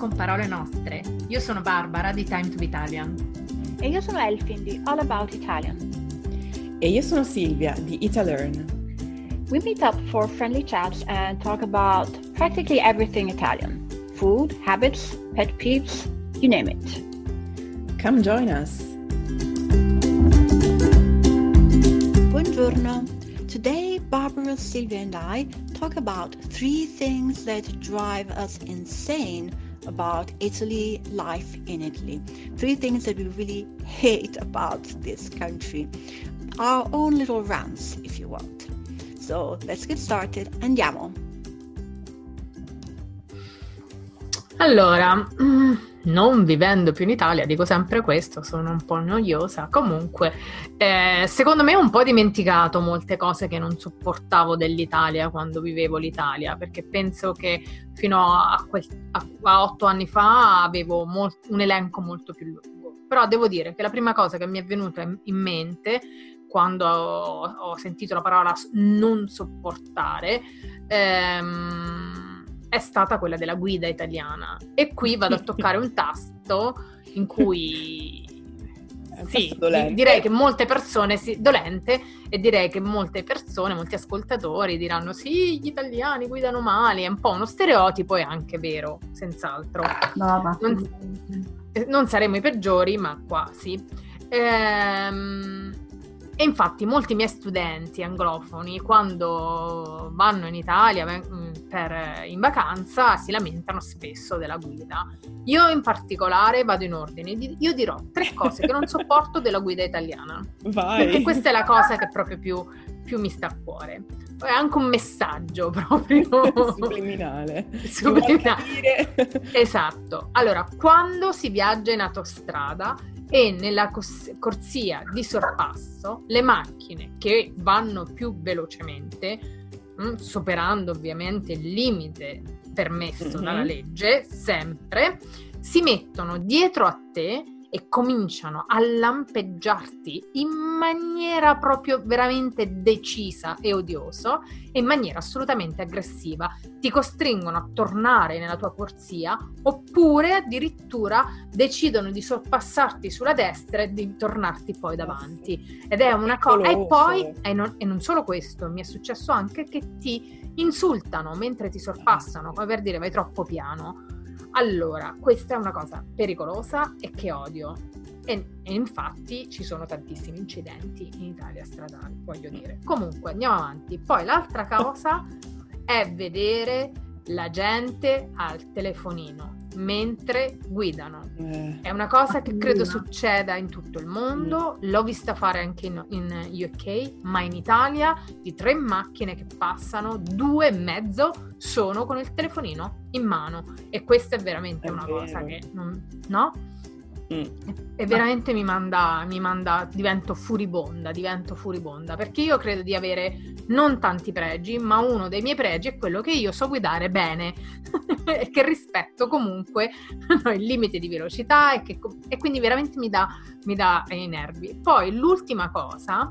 con parole nostre. Io sono Barbara di Time to be Italian. E io sono Elfin di All About Italian. E io sono Silvia di Italearn. We meet up for friendly chats and talk about practically everything Italian. Food, habits, pet peeves, you name it. Come join us. Buongiorno. Today, Barbara, Silvia and I talk about 3 things that drive us insane about Italy, life in Italy. 3 things that we really hate about this country. Our own little rants, if you want. So, let's get started. Andiamo. Allora, non vivendo più in Italia, dico sempre questo, sono un po' noiosa. Comunque, secondo me ho un po' dimenticato molte cose che non sopportavo dell'Italia quando vivevo l'Italia, perché penso che fino a 8 anni fa avevo un elenco molto più lungo. Però devo dire che la prima cosa che mi è venuta in mente quando ho sentito la parola non sopportare è stata quella della guida italiana. E qui vado a toccare un tasto in cui direi che molte persone dolente, e direi che molte persone, molti ascoltatori diranno sì, gli italiani guidano male, è un po' uno stereotipo, è anche vero, senz'altro. No, ma non saremo i peggiori, ma quasi. E infatti molti miei studenti anglofoni, quando vanno in Italia in vacanza, si lamentano spesso della guida. Io in particolare vado in ordine. Io dirò 3 cose che non sopporto della guida italiana. Vai. Perché questa è la cosa che proprio più mi sta a cuore. È anche un messaggio proprio subliminale. Esatto. Allora, quando si viaggia in autostrada e nella corsia di sorpasso, le macchine che vanno più velocemente, superando ovviamente il limite permesso dalla legge, sempre, si mettono dietro a te e cominciano a lampeggiarti in maniera proprio veramente decisa e odiosa, e in maniera assolutamente aggressiva. Ti costringono a tornare nella tua corsia, oppure addirittura decidono di sorpassarti sulla destra e di tornarti poi davanti. Ed è una cosa. E poi, e non solo questo, mi è successo anche che ti insultano mentre ti sorpassano, come per dire vai troppo piano. Allora, questa è una cosa pericolosa e che odio. E infatti ci sono tantissimi incidenti in Italia stradali, voglio dire. Comunque, andiamo avanti. Poi l'altra cosa è vedere la gente al telefonino mentre guidano. È una cosa che credo succeda in tutto il mondo. L'ho vista fare anche in UK, ma in Italia di 3 macchine che passano, 2 e mezzo sono con il telefonino in mano, e questa è veramente una cosa che no? E veramente mi manda, divento furibonda, perché io credo di avere non tanti pregi, ma uno dei miei pregi è quello che io so guidare bene e che rispetto comunque il limite di velocità, e quindi veramente mi dà i nervi. Poi l'ultima cosa,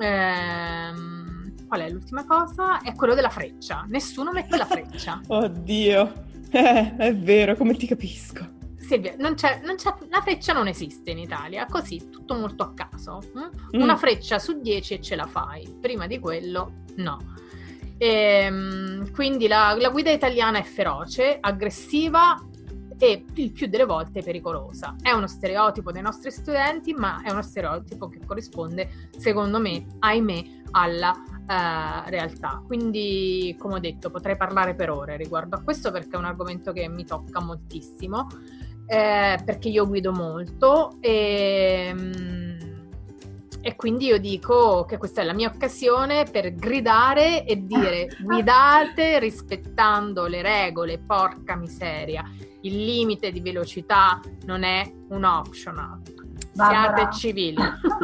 qual è l'ultima cosa? È quello della freccia. Nessuno mette la freccia. Oddio, è vero, come ti capisco. Silvia, non c'è, la freccia non esiste in Italia, così, tutto molto a caso. Una freccia su 10 e ce la fai, prima di quello no. Quindi la guida italiana è feroce, aggressiva e il più delle volte pericolosa. È uno stereotipo dei nostri studenti, ma è uno stereotipo che corrisponde, secondo me, ahimè, alla realtà. Quindi, come ho detto, potrei parlare per ore riguardo a questo, perché è un argomento che mi tocca moltissimo. Perché io guido molto e quindi io dico che questa è la mia occasione per gridare e dire: guidate rispettando le regole, porca miseria, il limite di velocità non è un optional, siate civili.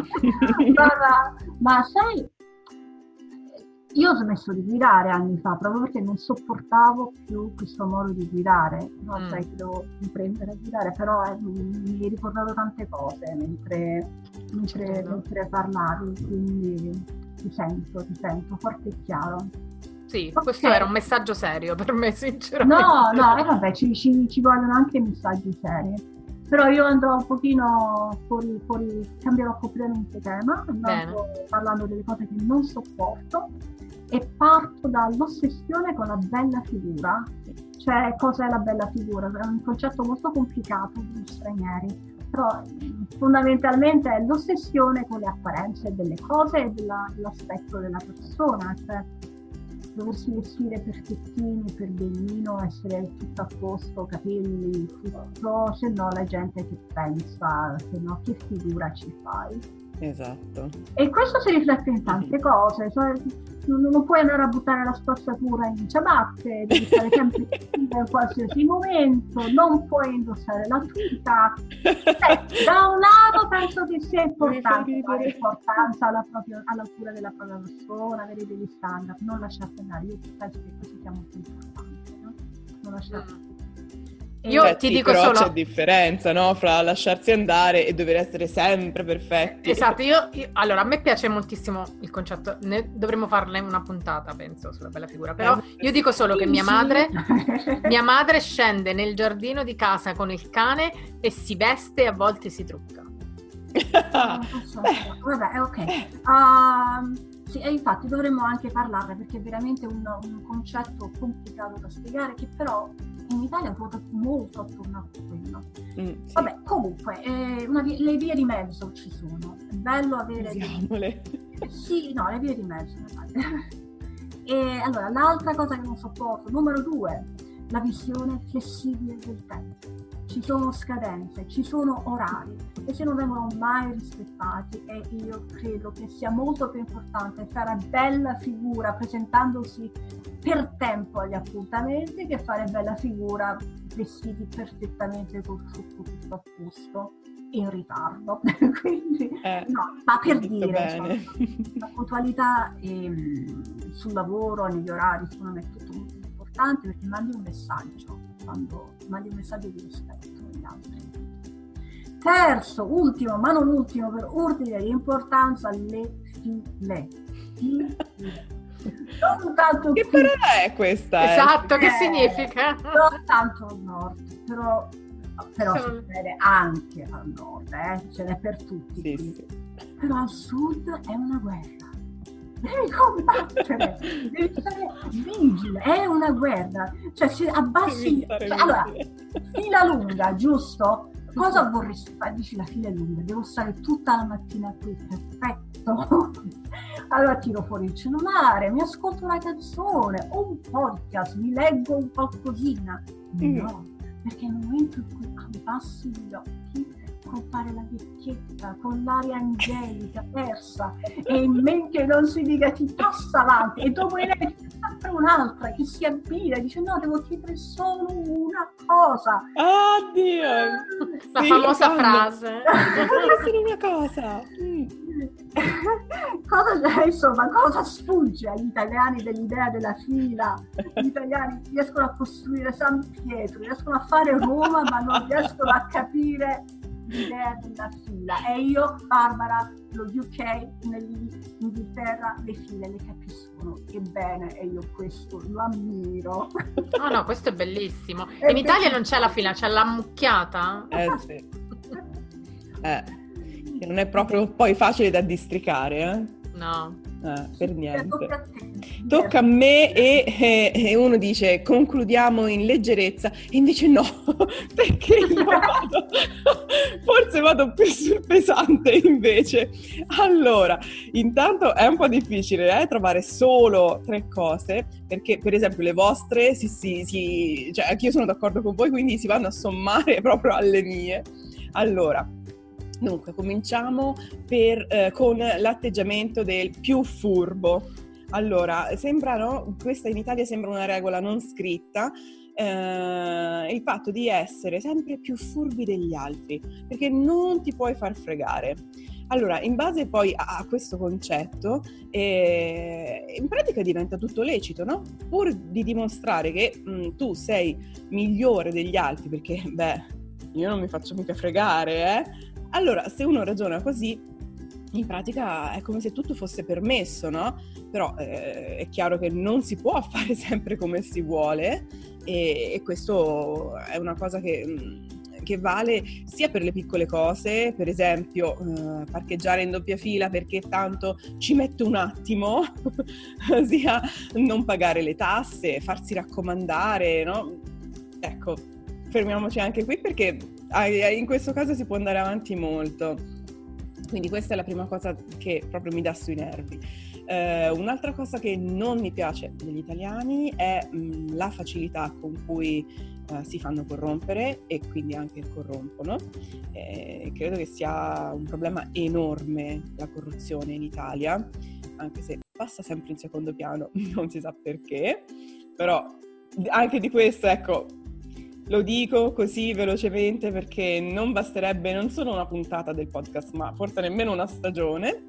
Ma sai, io ho smesso di guidare anni fa proprio perché non sopportavo più questo modo di guidare. No, sai che devo riprendere a guidare, però mi hai ricordato tante cose mentre parlavi, quindi ti sento forte e chiaro. Sì, Ok. questo era un messaggio serio per me, sinceramente. No, e vabbè, ci vogliono anche messaggi seri. Però io andrò un pochino fuori, cambierò completamente tema, andando parlando delle cose che non sopporto e parto dall'ossessione con la bella figura. Cioè, cosa è la bella figura? È un concetto molto complicato per gli stranieri, però fondamentalmente è l'ossessione con le apparenze delle cose e dell'aspetto della persona, cioè doversi vestire perfettini, per benino, essere tutto a posto, capelli, tutto, se no la gente che pensa, se no che figura ci fai. Esatto. E questo si riflette in tante cose, cioè, non puoi andare a buttare la spazzatura in ciabatte, devi stare sempre vestita in qualsiasi momento, non puoi indossare la tuta. Da un lato penso che sia importante dare importanza alla cura della propria persona, avere degli standard, non lasciarti andare. Io penso che questo sia molto importante, no? Non lasciarti. Io ti dico però solo... c'è differenza, no? Fra lasciarsi andare e dover essere sempre perfetti. Esatto, allora a me piace moltissimo il concetto, dovremmo farne una puntata, penso, sulla bella figura, però io dico solo che mia madre scende nel giardino di casa con il cane e si veste e a volte si trucca. Vabbè, ok. Sì, e infatti dovremmo anche parlarne perché è veramente un concetto complicato da spiegare, che però in Italia è ruota molto attorno a quello. Sì. Vabbè, comunque, le vie di mezzo ci sono. È bello avere... Sì, no, le vie di mezzo. E allora, l'altra cosa che non sopporto, numero 2, la visione flessibile del tempo. Ci sono scadenze, ci sono orari e se non vengono mai rispettati, e io credo che sia molto più importante fare bella figura presentandosi per tempo agli appuntamenti che fare bella figura vestiti perfettamente col trucco tutto a posto in ritardo. Quindi no, ma per dire, insomma, la puntualità sul lavoro, negli orari, secondo me è tutto molto importante, perché mandi un messaggio quando mandi un messaggio di rispetto agli altri. Terzo, ultimo, ma non ultimo per ordine di importanza, le file. Non tanto che parola è questa? Esatto, che significa? Non tanto al nord, però succede anche al nord, ce n'è per tutti. Sì. Però al sud è una guerra. Devi combattere, devi stare vigile, è una guerra. Cioè, se abbassi... allora, fila lunga, giusto? Cosa vorresti fare? Dici la fila è lunga, devo stare tutta la mattina qui, perfetto. Allora tiro fuori il cellulare, mi ascolto una canzone, o un podcast, mi leggo un qualcosina. No, perché nel momento in cui abbassi gli occhi, compare la vecchietta con l'aria angelica persa e in men che non si dica ti passa avanti, e dopo di lei c'è sempre un'altra che si abbina e dice no, devo chiedere solo una cosa. Oddio, la famosa frase. Solo una cosa. Cosa sfugge agli italiani dell'idea della fila? Gli italiani riescono a costruire San Pietro, riescono a fare Roma, ma non riescono a capire l'idea della fila. E io, Barbara, lo UK, nell'Inghilterra, le file le capiscono, ebbene, e io questo lo ammiro. No, questo è bellissimo. In Italia non c'è la fila, c'è la mucchiata. Sì. Che non è proprio poi facile da districare, No. Per niente. Tocca a me e uno dice concludiamo in leggerezza e invece no, perché io forse vado più sul pesante invece. Allora, intanto è un po' difficile trovare solo 3 cose, perché per esempio le vostre cioè anch'io sono d'accordo con voi, quindi si vanno a sommare proprio alle mie. Allora, dunque, cominciamo con l'atteggiamento del più furbo. Allora, questa in Italia sembra una regola non scritta, il fatto di essere sempre più furbi degli altri, perché non ti puoi far fregare. Allora, in base poi a questo concetto, in pratica diventa tutto lecito, no? Pur di dimostrare che tu sei migliore degli altri, perché, io non mi faccio mica fregare, Allora, se uno ragiona così, in pratica è come se tutto fosse permesso, no? Però è chiaro che non si può fare sempre come si vuole e questo è una cosa che vale sia per le piccole cose, per esempio parcheggiare in doppia fila perché tanto ci mette un attimo, sia non pagare le tasse, farsi raccomandare, no? Ecco, fermiamoci anche qui perché in questo caso si può andare avanti molto. Quindi questa è la prima cosa che proprio mi dà sui nervi. Un'altra cosa che non mi piace degli italiani è la facilità con cui si fanno corrompere e quindi anche corrompono. Credo che sia un problema enorme la corruzione in Italia, anche se passa sempre in secondo piano, non si sa perché, però anche di questo, ecco, lo dico così velocemente perché non basterebbe non solo una puntata del podcast, ma forse nemmeno una stagione.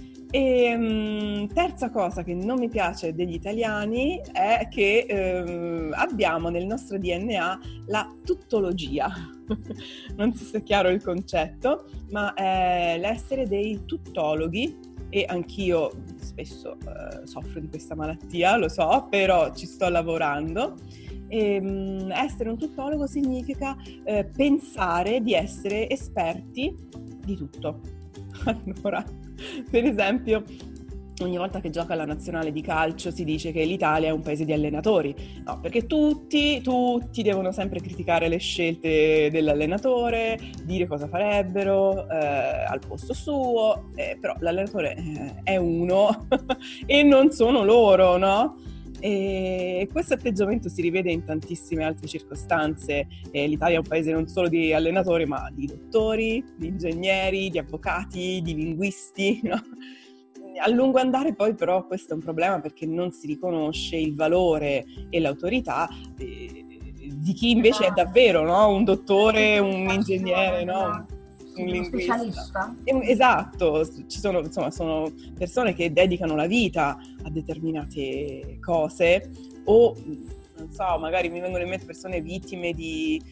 E terza cosa che non mi piace degli italiani è che abbiamo nel nostro DNA la tuttologia. Non so se è chiaro il concetto, ma è l'essere dei tuttologhi, e anch'io spesso soffro di questa malattia, lo so, però ci sto lavorando. Essere un tuttologo significa pensare di essere esperti di tutto. Allora, per esempio, ogni volta che gioca la nazionale di calcio si dice che l'Italia è un paese di allenatori. No, perché tutti devono sempre criticare le scelte dell'allenatore, dire cosa farebbero al posto suo, però l'allenatore è uno e non sono loro, no? E questo atteggiamento si rivede in tantissime altre circostanze. L'Italia è un paese non solo di allenatori, ma di dottori, di ingegneri, di avvocati, di linguisti, no? A lungo andare poi però questo è un problema perché non si riconosce il valore e l'autorità di chi invece è davvero, no? Un dottore, un ingegnere, no? Un linguista. Specialista. Esatto, sono persone che dedicano la vita a determinate cose o, non so, magari mi vengono in mente persone vittime di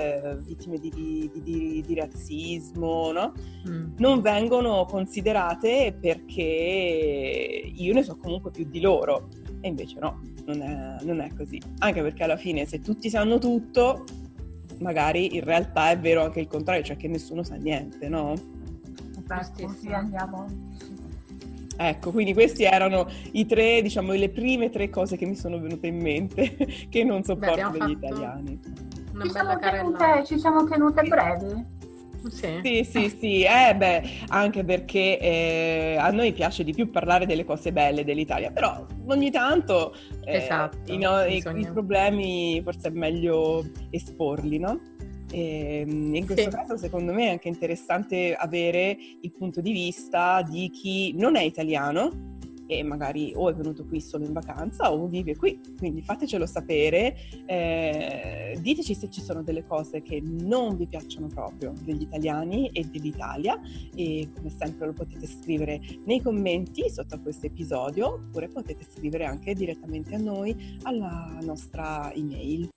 razzismo, no? Non vengono considerate perché io ne so comunque più di loro e invece no, non è così, anche perché alla fine se tutti sanno tutto magari in realtà è vero anche il contrario, cioè che nessuno sa niente, no? Sì, andiamo. Ecco, quindi questi erano i tre, diciamo, le prime tre cose che mi sono venute in mente che non sopporto degli italiani. Ci siamo tenute brevi. Sì, anche perché a noi piace di più parlare delle cose belle dell'Italia, però ogni tanto i problemi forse è meglio esporli, no? In questo caso secondo me è anche interessante avere il punto di vista di chi non è italiano e magari o è venuto qui solo in vacanza o vive qui, quindi fatecelo sapere, diteci se ci sono delle cose che non vi piacciono proprio degli italiani e dell'Italia, e come sempre lo potete scrivere nei commenti sotto a questo episodio oppure potete scrivere anche direttamente a noi alla nostra email.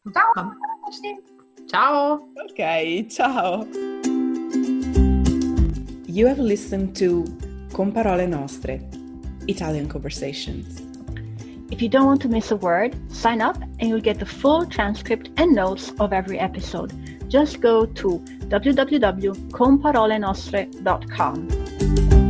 Ciao! Ok, ciao! You have listened to Con Parole Nostre, Italian Conversations. If you don't want to miss a word, sign up and you'll get the full transcript and notes of every episode. Just go to www.comparolenostre.com.